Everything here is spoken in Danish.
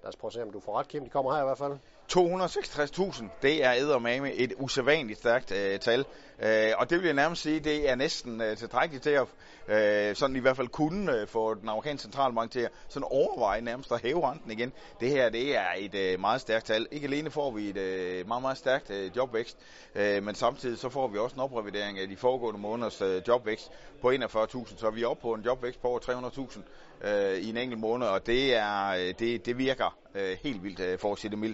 Lad os prøve at se, om du får ret, Kim. De kommer her i hvert fald. 266.000, det er eddermame et usædvanligt stærkt tal. Og det vil jeg nærmest sige, det er næsten tilstrækkeligt til at sådan i hvert fald kunne få den amerikanske centralbank til at sådan overveje nærmest at hæve renten igen. Det her, det er et meget stærkt tal. Ikke alene får vi et meget, meget stærkt jobvækst, men samtidig så får vi også en oprevidering af de foregående måneders jobvækst på 41.000, så vi er oppe på en jobvækst på over 300.000 i en enkelt måned, og det virker helt vildt for at sige det mildt.